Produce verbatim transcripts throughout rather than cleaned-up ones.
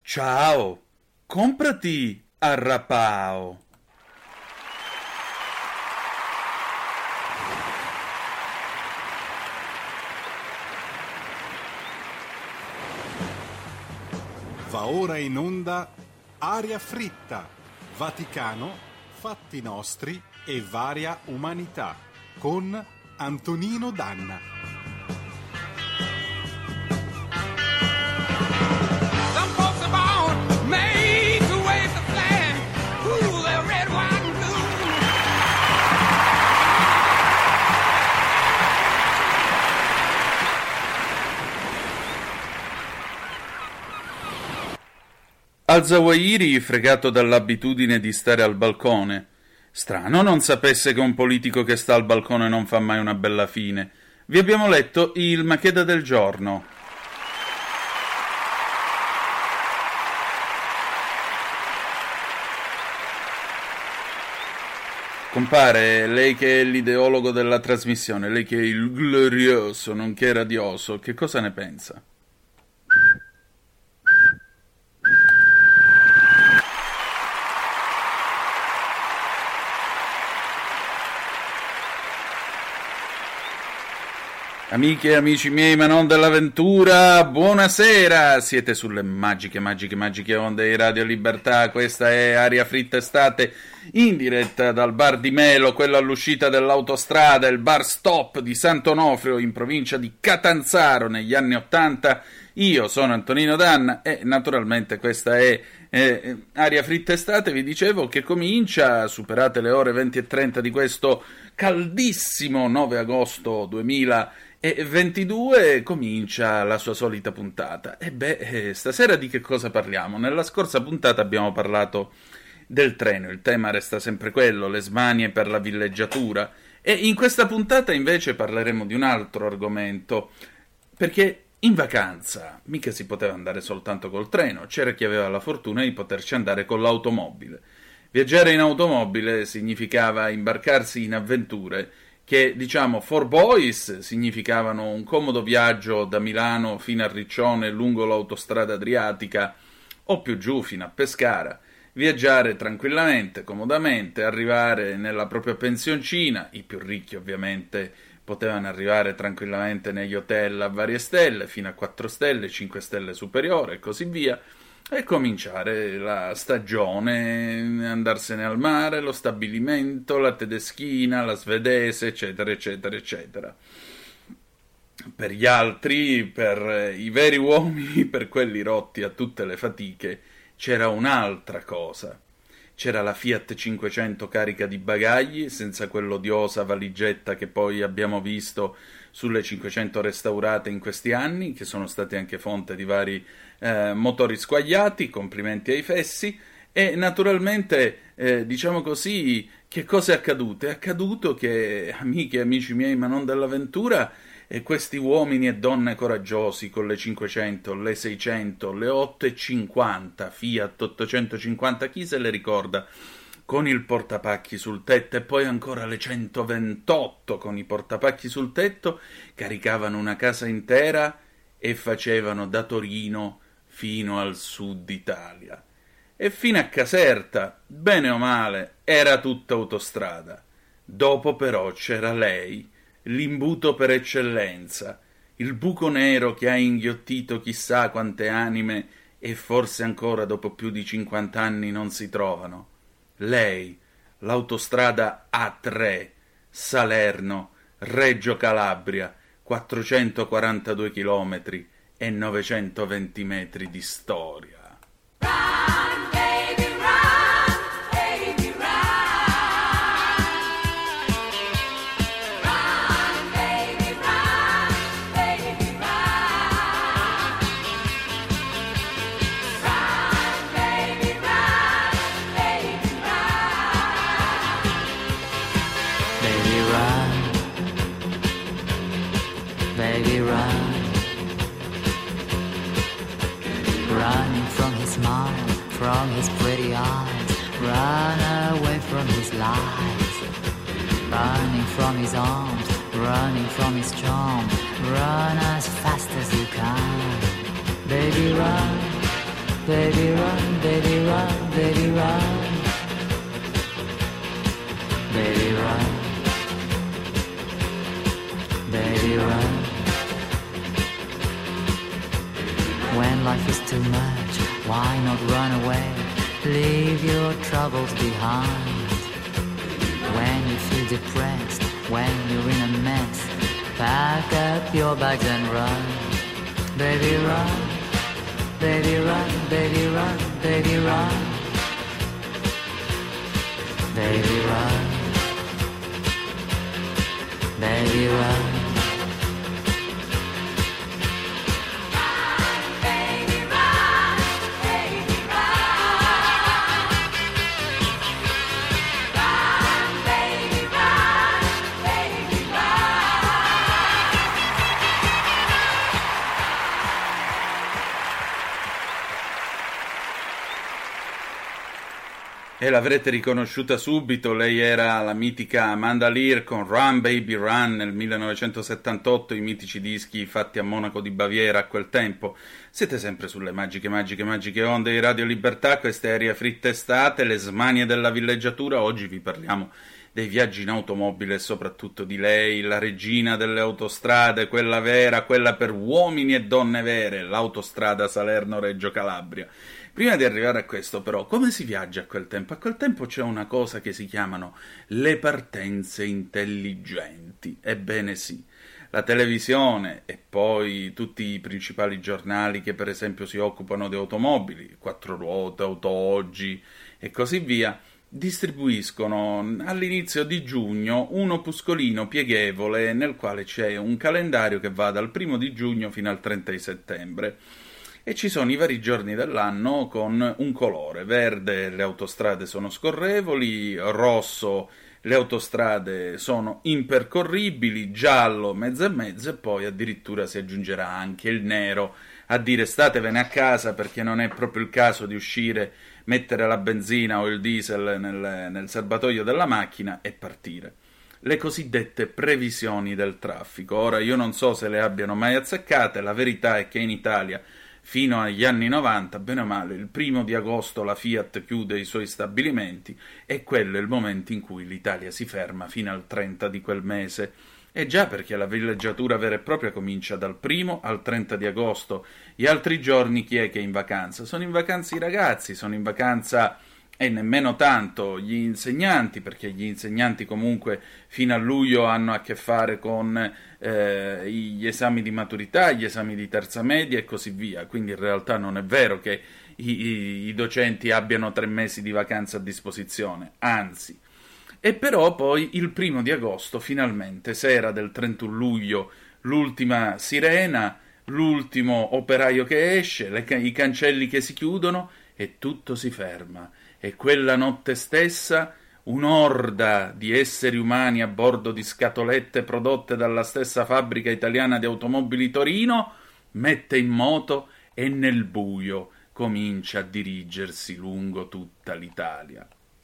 Ciao, comprati Arrapao. Va ora in onda Aria fritta, Vaticano, fatti nostri e varia umanità, con Antonino Danna. Al-Zawahiri, fregato dall'abitudine di stare al balcone. Strano non sapesse che un politico che sta al balcone non fa mai una bella fine. Vi abbiamo letto il Macheda del giorno. Compare, lei che è l'ideologo della trasmissione, lei che è il glorioso, nonché radioso, che cosa ne pensa? Amiche e amici miei, ma non dell'avventura, buonasera! Siete sulle magiche, magiche, magiche onde di Radio Libertà. Questa è Aria Fritta Estate, in diretta dal bar di Melo, quello all'uscita dell'autostrada, il bar Stop di Sant'Onofrio, in provincia di Catanzaro, negli anni Ottanta. Io sono Antonino Danna e naturalmente questa è eh, Aria Fritta Estate, vi dicevo, che comincia, superate le ore venti e trenta di questo caldissimo nove agosto duemilaventidue, comincia la sua solita puntata. E beh, eh, stasera di che cosa parliamo? Nella scorsa puntata abbiamo parlato del treno, il tema resta sempre quello, le smanie per la villeggiatura, e in questa puntata invece parleremo di un altro argomento, perché in vacanza mica si poteva andare soltanto col treno, c'era chi aveva la fortuna di poterci andare con l'automobile. Viaggiare in automobile significava imbarcarsi in avventure che, diciamo, for boys significavano un comodo viaggio da Milano fino a Riccione lungo l'autostrada adriatica o più giù fino a Pescara, viaggiare tranquillamente, comodamente, arrivare nella propria pensioncina, i più ricchi ovviamente potevano arrivare tranquillamente negli hotel a varie stelle, fino a quattro stelle, cinque stelle superiore e così via, e cominciare la stagione, andarsene al mare, lo stabilimento, la tedeschina, la svedese, eccetera, eccetera, eccetera. Per gli altri, per i veri uomini, per quelli rotti a tutte le fatiche, c'era un'altra cosa. C'era la Fiat cinquecento carica di bagagli, senza quell'odiosa valigetta che poi abbiamo visto sulle cinquecento restaurate in questi anni, che sono state anche fonte di vari eh, motori squagliati, complimenti ai fessi, e naturalmente, eh, diciamo così, che cosa è accaduto? È accaduto che, amiche e amici miei, ma non dell'avventura, e questi uomini e donne coraggiosi con le cinquecento, le seicento, le ottocentocinquanta, Fiat ottocentocinquanta, chi se le ricorda, con il portapacchi sul tetto, e poi ancora le centoventotto con i portapacchi sul tetto, caricavano una casa intera e facevano da Torino fino al sud Italia. E fino a Caserta, bene o male, era tutta autostrada. Dopo però c'era lei, l'imbuto per eccellenza, il buco nero che ha inghiottito chissà quante anime e forse ancora dopo più di cinquanta anni non si trovano. Lei, l'autostrada A tre, Salerno, Reggio Calabria, quattrocentoquarantadue chilometri e novecentoventi metri di storia. From his pretty eyes, run away from his lies, running from his arms, running from his charm, run as fast as you can, baby run, Baby run, baby run, baby run. Baby run. Baby run. When life is too much, why not run away? Leave your troubles behind. When you feel depressed, when you're in a mess, pack up your bags and run. Baby run. Baby run, baby run, baby run. Baby run. Baby run. E l'avrete riconosciuta subito, lei era la mitica Amanda Lear con Run Baby Run nel millenovecentosettantotto, i mitici dischi fatti a Monaco di Baviera a quel tempo. Siete sempre sulle magiche, magiche, magiche onde di Radio Libertà, queste Aria Fritta estate, le smanie della villeggiatura. Oggi vi parliamo dei viaggi in automobile e soprattutto di lei, la regina delle autostrade, quella vera, quella per uomini e donne vere, l'autostrada Salerno-Reggio Calabria. Prima di arrivare a questo, però, come si viaggia a quel tempo? A quel tempo c'è una cosa che si chiamano le partenze intelligenti. Ebbene sì, la televisione e poi tutti i principali giornali che per esempio si occupano di automobili, Quattro Ruote, Auto Oggi e così via, distribuiscono all'inizio di giugno un opuscolino pieghevole nel quale c'è un calendario che va dal primo di giugno fino al trenta di settembre. E ci sono i vari giorni dell'anno con un colore: verde le autostrade sono scorrevoli, rosso le autostrade sono impercorribili, giallo mezzo e mezzo, e poi addirittura si aggiungerà anche il nero a dire statevene a casa perché non è proprio il caso di uscire, mettere la benzina o il diesel nel, nel serbatoio della macchina e partire. Le cosiddette previsioni del traffico. Ora, io non so se le abbiano mai azzeccate, la verità è che in Italia fino agli anni novanta, bene o male, il primo di agosto la Fiat chiude i suoi stabilimenti e quello è il momento in cui l'Italia si ferma fino al trenta di quel mese. E già perché la villeggiatura vera e propria comincia dal primo al trenta di agosto. Gli altri giorni chi è che è in vacanza? Sono in vacanza i ragazzi, sono in vacanza e nemmeno tanto gli insegnanti, perché gli insegnanti comunque fino a luglio hanno a che fare con eh, gli esami di maturità, gli esami di terza media e così via, quindi in realtà non è vero che i, i, i docenti abbiano tre mesi di vacanza a disposizione, anzi. E però poi il primo di agosto, finalmente, sera del trentuno luglio, l'ultima sirena, l'ultimo operaio che esce, le, i cancelli che si chiudono e tutto si ferma. E quella notte stessa un'orda di esseri umani a bordo di scatolette prodotte dalla stessa fabbrica italiana di automobili Torino mette in moto e nel buio comincia a dirigersi lungo tutta l'Italia.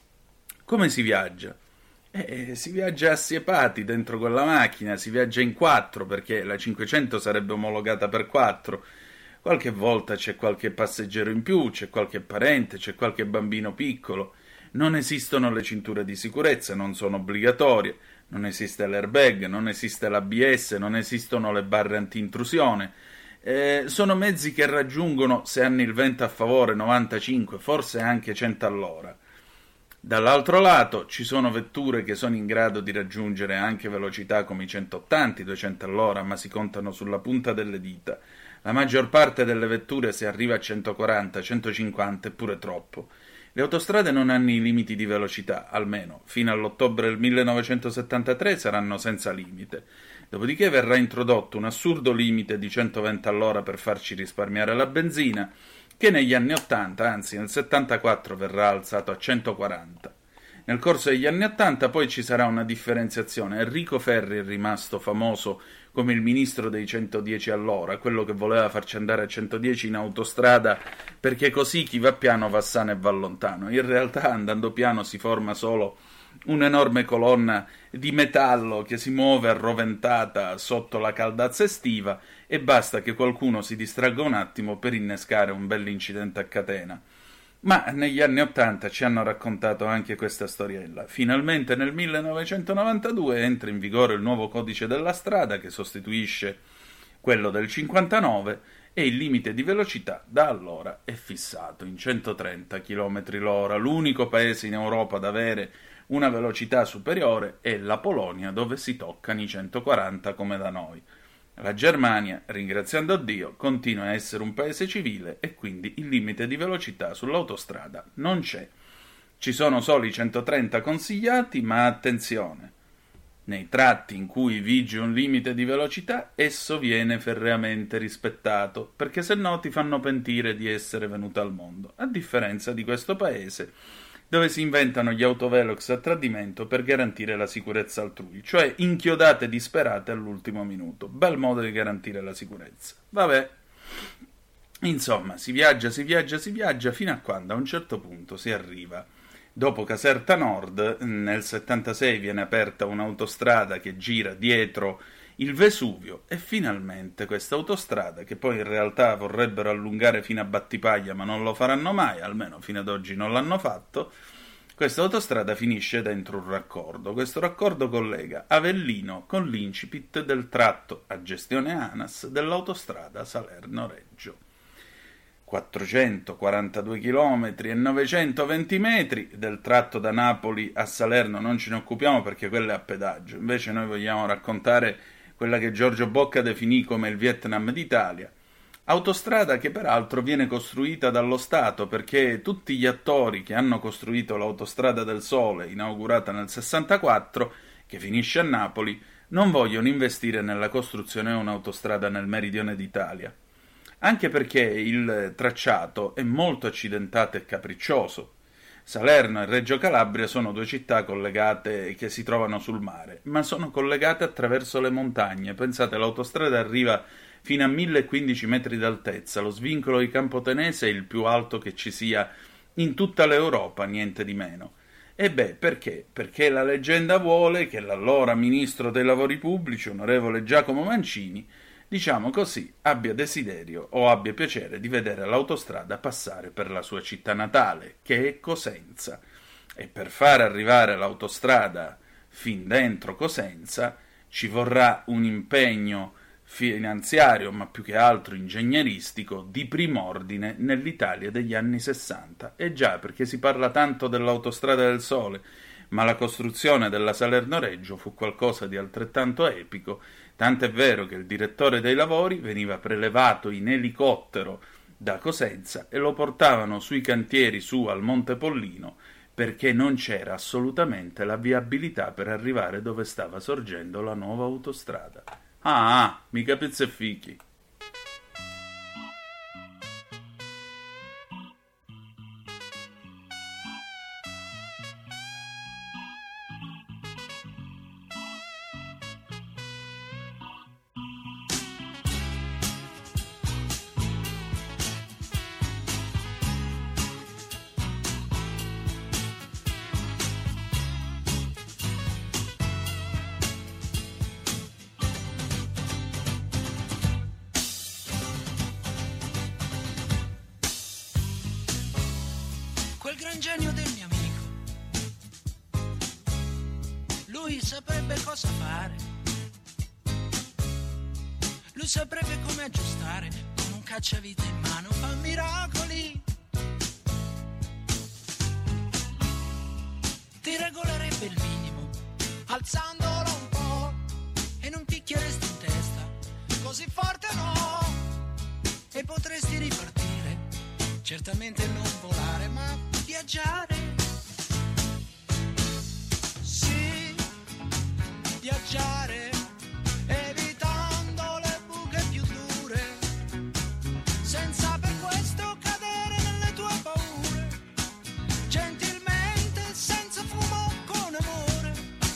Come si viaggia? Eh, si viaggia assiepati dentro quella macchina, si viaggia in quattro perché la cinquecento sarebbe omologata per quattro. Qualche volta c'è qualche passeggero in più, c'è qualche parente, c'è qualche bambino piccolo. Non esistono le cinture di sicurezza, non sono obbligatorie, non esiste l'airbag, non esiste l'A B S, non esistono le barre anti-intrusione. Eh, sono mezzi che raggiungono, se hanno il vento a favore, novantacinque, forse anche cento all'ora. Dall'altro lato ci sono vetture che sono in grado di raggiungere anche velocità come i centottanta, duecento all'ora, ma si contano sulla punta delle dita. La maggior parte delle vetture si arriva a centoquaranta, centocinquanta, è pure troppo. Le autostrade non hanno i limiti di velocità, almeno fino all'ottobre del millenovecentosettantatré saranno senza limite. Dopodiché verrà introdotto un assurdo limite di centoventi all'ora per farci risparmiare la benzina, che negli anni ottanta, anzi nel settantaquattro, verrà alzato a centoquaranta. Nel corso degli anni ottanta poi ci sarà una differenziazione. Enrico Ferri è rimasto famoso come il ministro dei centodieci all'ora, quello che voleva farci andare a centodieci in autostrada perché così chi va piano va sano e va lontano. In realtà andando piano si forma solo un'enorme colonna di metallo che si muove arroventata sotto la caldazza estiva e basta che qualcuno si distragga un attimo per innescare un bell'incidente a catena. Ma negli anni Ottanta ci hanno raccontato anche questa storiella. Finalmente nel millenovecentonovantadue entra in vigore il nuovo codice della strada che sostituisce quello del cinquantanove e il limite di velocità da allora è fissato in centotrenta chilometri l'ora. L'unico paese in Europa ad avere una velocità superiore è la Polonia, dove si toccano i centoquaranta come da noi. La Germania, ringraziando Dio, continua a essere un paese civile e quindi il limite di velocità sull'autostrada non c'è. Ci sono solo i centotrenta consigliati, ma attenzione, nei tratti in cui vige un limite di velocità esso viene ferreamente rispettato, perché se no ti fanno pentire di essere venuto al mondo, a differenza di questo paese dove si inventano gli autovelox a tradimento per garantire la sicurezza altrui, cioè inchiodate disperate all'ultimo minuto. Bel modo di garantire la sicurezza. Vabbè. Insomma, si viaggia, si viaggia, si viaggia, fino a quando a un certo punto si arriva. Dopo Caserta Nord, nel settantasei viene aperta un'autostrada che gira dietro il Vesuvio e finalmente questa autostrada, che poi in realtà vorrebbero allungare fino a Battipaglia ma non lo faranno mai, almeno fino ad oggi non l'hanno fatto, questa autostrada finisce dentro un raccordo. Questo raccordo collega Avellino con l'incipit del tratto a gestione ANAS dell'autostrada Salerno-Reggio. quattrocentoquarantadue chilometri e novecentoventi metri. Del tratto da Napoli a Salerno non ce ne occupiamo perché quello è a pedaggio, invece noi vogliamo raccontare quella che Giorgio Bocca definì come il Vietnam d'Italia. Autostrada che peraltro viene costruita dallo Stato, perché tutti gli attori che hanno costruito l'Autostrada del Sole, inaugurata nel sessantaquattro, che finisce a Napoli, non vogliono investire nella costruzione di un'autostrada nel meridione d'Italia. Anche perché il tracciato è molto accidentato e capriccioso. Salerno e Reggio Calabria sono due città collegate che si trovano sul mare, ma sono collegate attraverso le montagne. Pensate, l'autostrada arriva fino a mille quindici metri d'altezza, lo svincolo di Campotenese è il più alto che ci sia in tutta l'Europa, niente di meno. E beh, perché? Perché la leggenda vuole che l'allora ministro dei lavori pubblici, onorevole Giacomo Mancini, diciamo così, abbia desiderio o abbia piacere di vedere l'autostrada passare per la sua città natale, che è Cosenza. E per far arrivare l'autostrada fin dentro Cosenza ci vorrà un impegno finanziario, ma più che altro ingegneristico, di prim'ordine nell'Italia degli anni sessanta. E già, perché si parla tanto dell'autostrada del Sole, ma la costruzione della Salerno-Reggio fu qualcosa di altrettanto epico, tant'è vero che il direttore dei lavori veniva prelevato in elicottero da Cosenza e lo portavano sui cantieri su al Monte Pollino perché non c'era assolutamente la viabilità per arrivare dove stava sorgendo la nuova autostrada. Ah, ah mica pizza e fichi. Quel gran genio del mio amico, lui saprebbe cosa fare, lui saprebbe come aggiustare, con un cacciavite in mano fa miracoli, ti regolerebbe il minimo, alzandolo un po', e non picchieresti in testa, così forte no, e potresti ripartire, certamente non volare ma viaggiare, sì, viaggiare, evitando le buche più dure, senza per questo cadere nelle tue paure, gentilmente, senza fumo, con amore,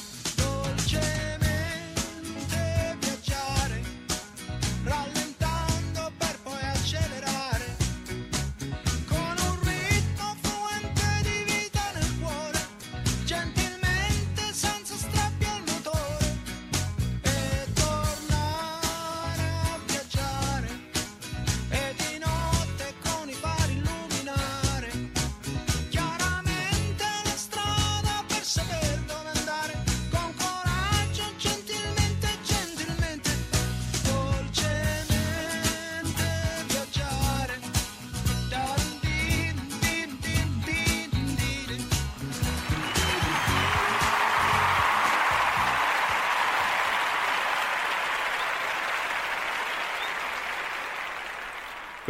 dolcemente viaggiare, rallentando per poi accelerare, con un ritmo fluente di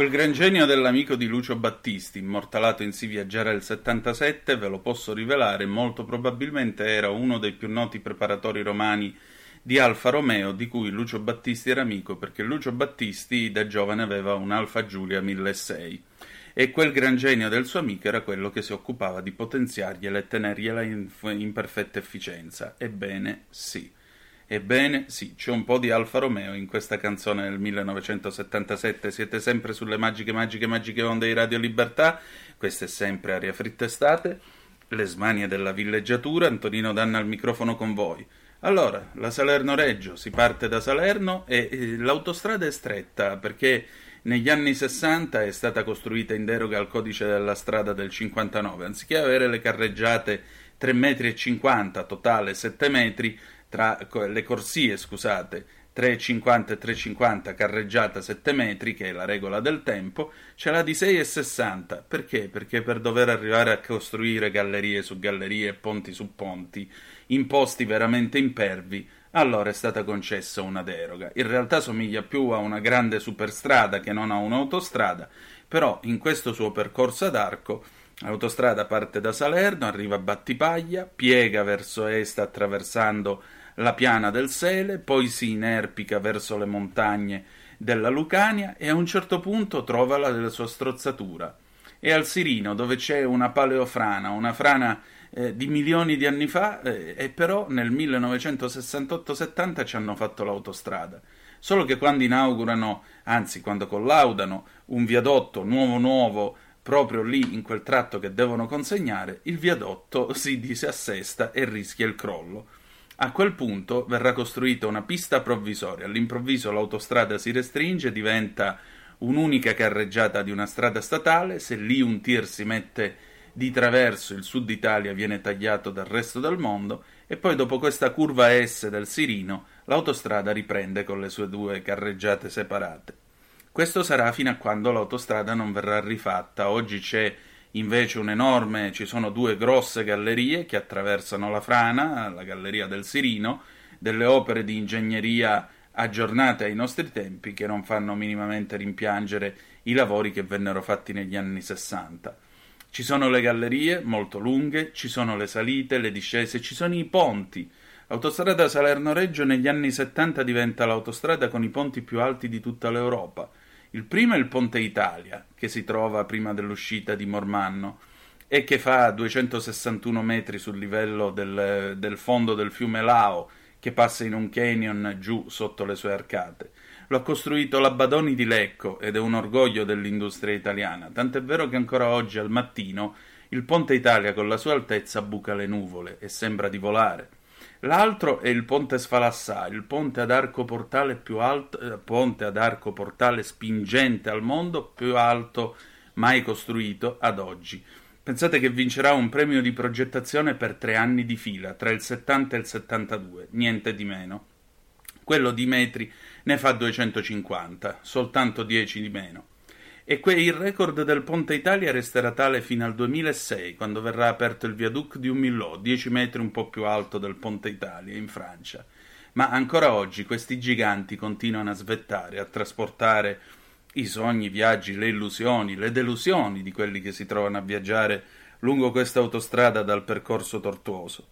Quel gran genio dell'amico di Lucio Battisti, immortalato in Si viaggiare il settantasette, ve lo posso rivelare, molto probabilmente era uno dei più noti preparatori romani di Alfa Romeo, di cui Lucio Battisti era amico, perché Lucio Battisti da giovane aveva un Alfa Giulia milleseicento. E quel gran genio del suo amico era quello che si occupava di potenziargliela e tenergliela in, in perfetta efficienza. Ebbene sì, ebbene sì, c'è un po' di Alfa Romeo in questa canzone del millenovecentosettantasette. Siete sempre sulle magiche, magiche, magiche onde di Radio Libertà. Questa è sempre Aria Fritta Estate, le smanie della villeggiatura. Antonino Danna al microfono con voi. Allora, la Salerno-Reggio, si parte da Salerno e eh, l'autostrada è stretta perché negli anni sessanta è stata costruita in deroga al codice della strada del cinquantanove. Anziché avere le carreggiate tre virgola cinquanta metri, totale sette metri, tra le corsie, scusate, tre virgola cinquanta e tre virgola cinquanta, carreggiata sette metri, che è la regola del tempo, c'è la di sei virgola sessanta. Perché? Perché per dover arrivare a costruire gallerie su gallerie e ponti su ponti, in posti veramente impervi, allora è stata concessa una deroga. In realtà somiglia più a una grande superstrada che non a un'autostrada, però in questo suo percorso ad arco l'autostrada parte da Salerno, arriva a Battipaglia, piega verso est attraversando la piana del Sele, poi si inerpica verso le montagne della Lucania e a un certo punto trova la, la sua strozzatura. E al Sirino, dove c'è una paleofrana, una frana eh, di milioni di anni fa, eh, e però nel millenovecentosessantotto settanta ci hanno fatto l'autostrada. Solo che quando inaugurano, anzi quando collaudano, un viadotto nuovo nuovo proprio lì in quel tratto che devono consegnare, il viadotto si disassesta e rischia il crollo. A quel punto verrà costruita una pista provvisoria, all'improvviso l'autostrada si restringe, diventa un'unica carreggiata di una strada statale, se lì un tir si mette di traverso il sud Italia viene tagliato dal resto del mondo e poi dopo questa curva S del Sirino l'autostrada riprende con le sue due carreggiate separate. Questo sarà fino a quando l'autostrada non verrà rifatta. Oggi c'è invece un enorme, ci sono due grosse gallerie che attraversano la frana, la galleria del Sirino, delle opere di ingegneria aggiornate ai nostri tempi che non fanno minimamente rimpiangere i lavori che vennero fatti negli anni sessanta. Ci sono le gallerie molto lunghe, ci sono le salite, le discese, ci sono i ponti. L'autostrada Salerno-Reggio negli anni settanta diventa l'autostrada con i ponti più alti di tutta l'Europa. Il primo è il Ponte Italia, che si trova prima dell'uscita di Mormanno e che fa duecentosessantuno metri sul livello del, del fondo del fiume Lao, che passa in un canyon giù sotto le sue arcate. Lo ha costruito la Badoni di Lecco ed è un orgoglio dell'industria italiana, tant'è vero che ancora oggi al mattino il Ponte Italia con la sua altezza buca le nuvole e sembra di volare. L'altro è il Ponte Sfalassà, il ponte ad arco portale più alto, eh, ponte ad arco portale spingente al mondo, più alto mai costruito ad oggi. Pensate che vincerà un premio di progettazione per tre anni di fila, tra il settanta e il settantadue, niente di meno. Quello di metri ne fa duecentocinquanta, soltanto dieci di meno. E que- il record del Ponte Italia resterà tale fino al duemilasei, quando verrà aperto il viaduc di Umillò, dieci metri un po' più alto del Ponte Italia, in Francia. Ma ancora oggi questi giganti continuano a svettare, a trasportare i sogni, i viaggi, le illusioni, le delusioni di quelli che si trovano a viaggiare lungo questa autostrada dal percorso tortuoso.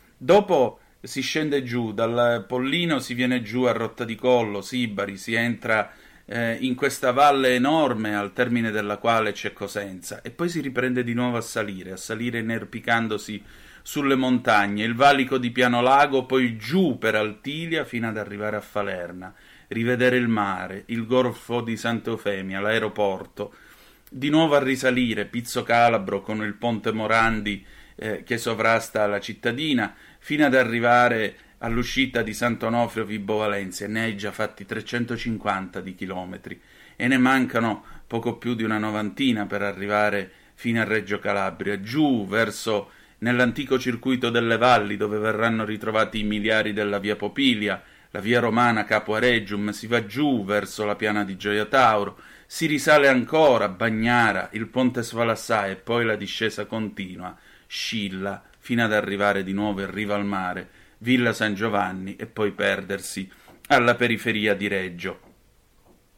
Dopo si scende giù, dal Pollino si viene giù a Rotta di Collo, Sibari, si entra eh, in questa valle enorme al termine della quale c'è Cosenza e poi si riprende di nuovo a salire, a salire inerpicandosi sulle montagne, il valico di Pianolago, poi giù per Altilia fino ad arrivare a Falerna, rivedere il mare, il golfo di Sant'Eufemia, l'aeroporto, di nuovo a risalire Pizzo Calabro con il ponte Morandi eh, che sovrasta la cittadina, fino ad arrivare all'uscita di Sant'Onofrio Vibo Valentia. Ne hai già fatti trecentocinquanta di chilometri e ne mancano poco più di una novantina per arrivare fino a Reggio Calabria, giù verso nell'antico circuito delle valli dove verranno ritrovati i miliari della via Popilia, la via romana Capo Aregium, si va giù verso la piana di Gioia Tauro, si risale ancora, Bagnara, il ponte Svalassà e poi la discesa continua, Scilla, fino ad arrivare di nuovo in riva al mare, Villa San Giovanni e poi perdersi alla periferia di Reggio.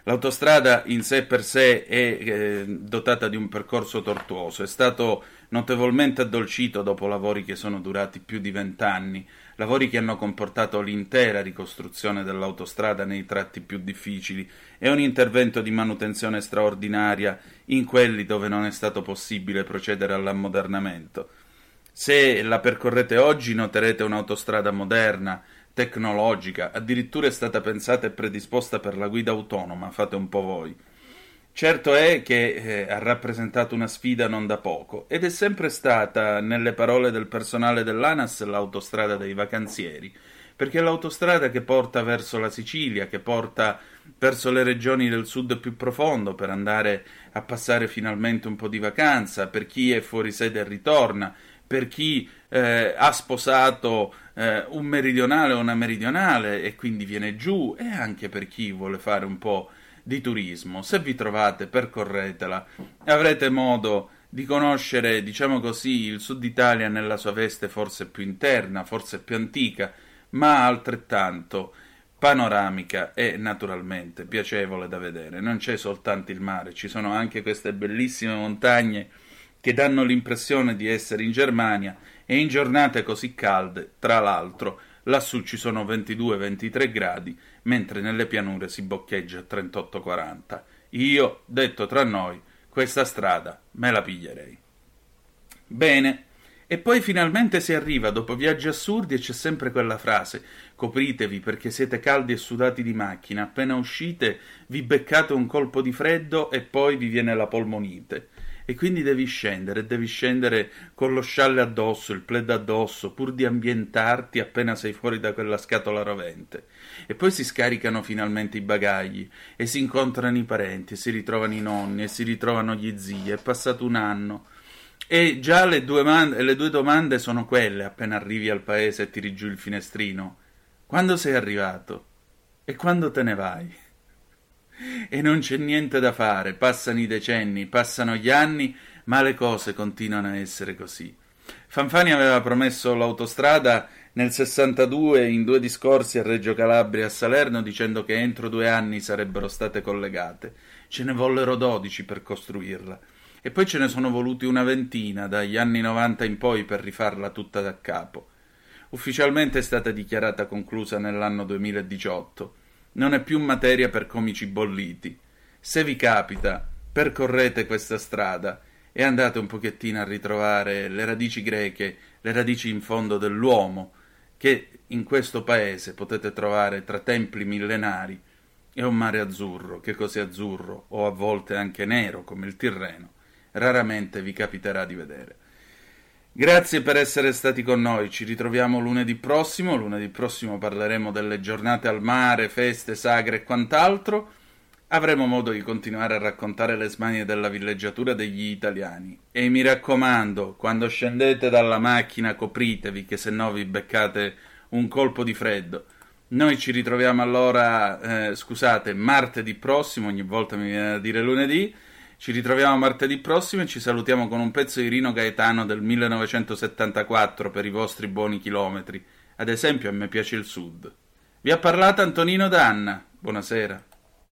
L'autostrada in sé per sé è eh, dotata di un percorso tortuoso, è stato notevolmente addolcito dopo lavori che sono durati più di vent'anni, lavori che hanno comportato l'intera ricostruzione dell'autostrada nei tratti più difficili e un intervento di manutenzione straordinaria in quelli dove non è stato possibile procedere all'ammodernamento. Se la percorrete oggi noterete un'autostrada moderna, tecnologica, addirittura è stata pensata e predisposta per la guida autonoma, fate un po' voi. Certo è che eh, ha rappresentato una sfida non da poco, ed è sempre stata, nelle parole del personale dell'ANAS, l'autostrada dei vacanzieri, perché è l'autostrada che porta verso la Sicilia, che porta verso le regioni del sud più profondo per andare a passare finalmente un po' di vacanza, per chi è fuori sede e ritorna, per chi eh, ha sposato eh, un meridionale o una meridionale e quindi viene giù, e anche per chi vuole fare un po' di turismo. Se vi trovate, percorretela, avrete modo di conoscere, diciamo così, il Sud Italia nella sua veste forse più interna, forse più antica, ma altrettanto panoramica e naturalmente piacevole da vedere. Non c'è soltanto il mare, ci sono anche queste bellissime montagne che danno l'impressione di essere in Germania, e in giornate così calde, tra l'altro, lassù ci sono ventidue ventitré gradi, mentre nelle pianure si boccheggia a trentotto quaranta. Io, detto tra noi, questa strada me la piglierei. Bene, e poi finalmente si arriva, dopo viaggi assurdi, e c'è sempre quella frase: copritevi perché siete caldi e sudati di macchina, appena uscite vi beccate un colpo di freddo e poi vi viene la polmonite. E quindi devi scendere, devi scendere con lo scialle addosso, il plaid addosso, pur di ambientarti appena sei fuori da quella scatola rovente. E poi si scaricano finalmente i bagagli, e si incontrano i parenti, e si ritrovano i nonni, e si ritrovano gli zii, è passato un anno. E già le due, man- le due domande sono quelle, appena arrivi al paese e tiri giù il finestrino. Quando sei arrivato? E quando te ne vai? E non c'è niente da fare, passano i decenni, passano gli anni, ma le cose continuano a essere così. Fanfani aveva promesso l'autostrada nel sessantadue in due discorsi a Reggio Calabria e a Salerno, dicendo che entro due anni sarebbero state collegate. Ce ne vollero dodici per costruirla, e poi ce ne sono voluti una ventina dagli anni novanta in poi per rifarla tutta da capo. Ufficialmente è stata dichiarata conclusa nell'anno duemiladiciotto. Non è più materia per comici bolliti. Se vi capita, percorrete questa strada e andate un pochettino a ritrovare le radici greche, le radici in fondo dell'uomo, che in questo paese potete trovare tra templi millenari e un mare azzurro, che così azzurro, o a volte anche nero, come il Tirreno, raramente vi capiterà di vedere. Grazie per essere stati con noi, ci ritroviamo lunedì prossimo, lunedì prossimo parleremo delle giornate al mare, feste, sagre e quant'altro. Avremo modo di continuare a raccontare le smanie della villeggiatura degli italiani, e mi raccomando, quando scendete dalla macchina copritevi, che se no vi beccate un colpo di freddo. Noi ci ritroviamo allora, eh, scusate, martedì prossimo, ogni volta mi viene da dire lunedì. Ci ritroviamo martedì prossimo e ci salutiamo con un pezzo di Rino Gaetano del millenovecentosettantaquattro per i vostri buoni chilometri. Ad esempio, a me piace il sud. Vi ha parlato Antonino Danna. Buonasera.